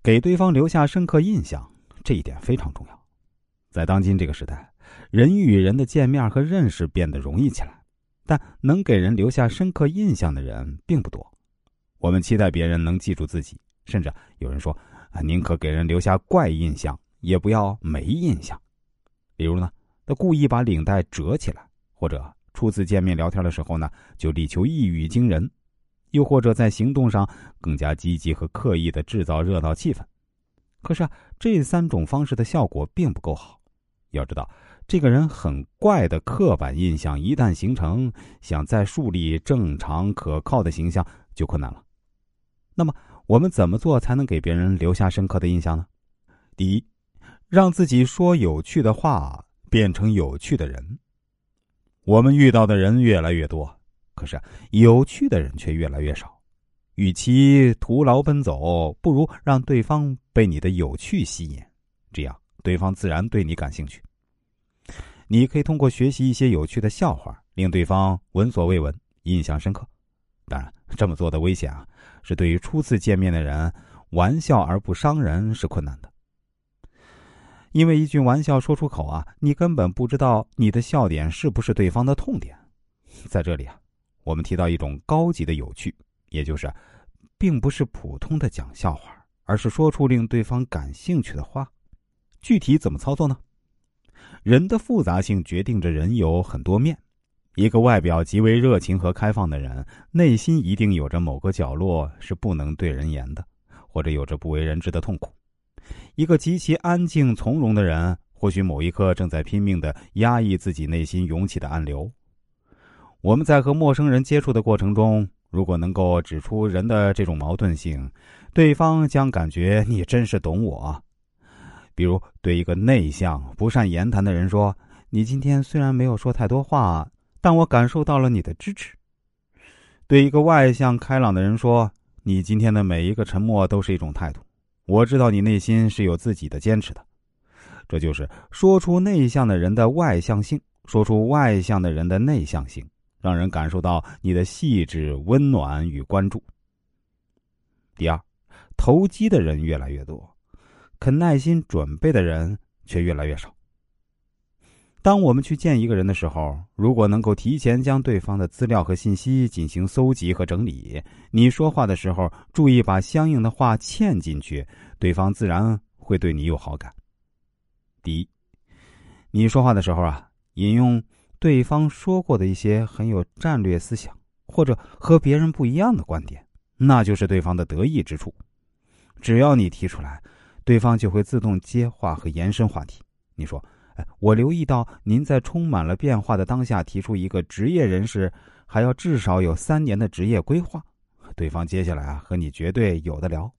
给对方留下深刻印象，这一点非常重要。在当今这个时代，人与人的见面和认识变得容易起来，但能给人留下深刻印象的人并不多。我们期待别人能记住自己，甚至有人说，宁可给人留下怪印象，也不要没印象。比如呢，他故意把领带折起来，或者初次见面聊天的时候呢，就力求一语惊人，又或者在行动上更加积极和刻意地制造热闹气氛。可是这3种方式的效果并不够好。要知道，这个人很怪的刻板印象一旦形成，想再树立正常可靠的形象就困难了。那么我们怎么做才能给别人留下深刻的印象呢？第一，让自己说有趣的话，变成有趣的人。我们遇到的人越来越多，可是有趣的人却越来越少。与其徒劳奔走，不如让对方被你的有趣吸引，这样对方自然对你感兴趣。你可以通过学习一些有趣的笑话，令对方闻所未闻，印象深刻。当然，这么做的危险是对于初次见面的人，玩笑而不伤人是困难的。因为一句玩笑说出口你根本不知道你的笑点是不是对方的痛点。在这里我们提到一种高级的有趣，也就是并不是普通的讲笑话，而是说出令对方感兴趣的话。具体怎么操作呢？人的复杂性决定着人有很多面。一个外表极为热情和开放的人，内心一定有着某个角落是不能对人言的，或者有着不为人知的痛苦。一个极其安静从容的人，或许某一刻正在拼命地压抑自己内心涌起的暗流。我们在和陌生人接触的过程中，如果能够指出人的这种矛盾性，对方将感觉你真是懂我。比如对一个内向不善言谈的人说，你今天虽然没有说太多话，但我感受到了你的支持。对一个外向开朗的人说，你今天的每一个沉默都是一种态度，我知道你内心是有自己的坚持的。这就是说出内向的人的外向性，说出外向的人的内向性，让人感受到你的细致、温暖与关注。第二，投机的人越来越多，肯耐心准备的人却越来越少。当我们去见一个人的时候，如果能够提前将对方的资料和信息进行搜集和整理，你说话的时候注意把相应的话嵌进去，对方自然会对你有好感。第一，你说话的时候引用对方说过的一些很有战略思想，或者和别人不一样的观点，那就是对方的得意之处。只要你提出来，对方就会自动接话和延伸话题。你说，我留意到您在充满了变化的当下提出一个职业人士还要至少有3年的职业规划，对方接下来和你绝对有得聊。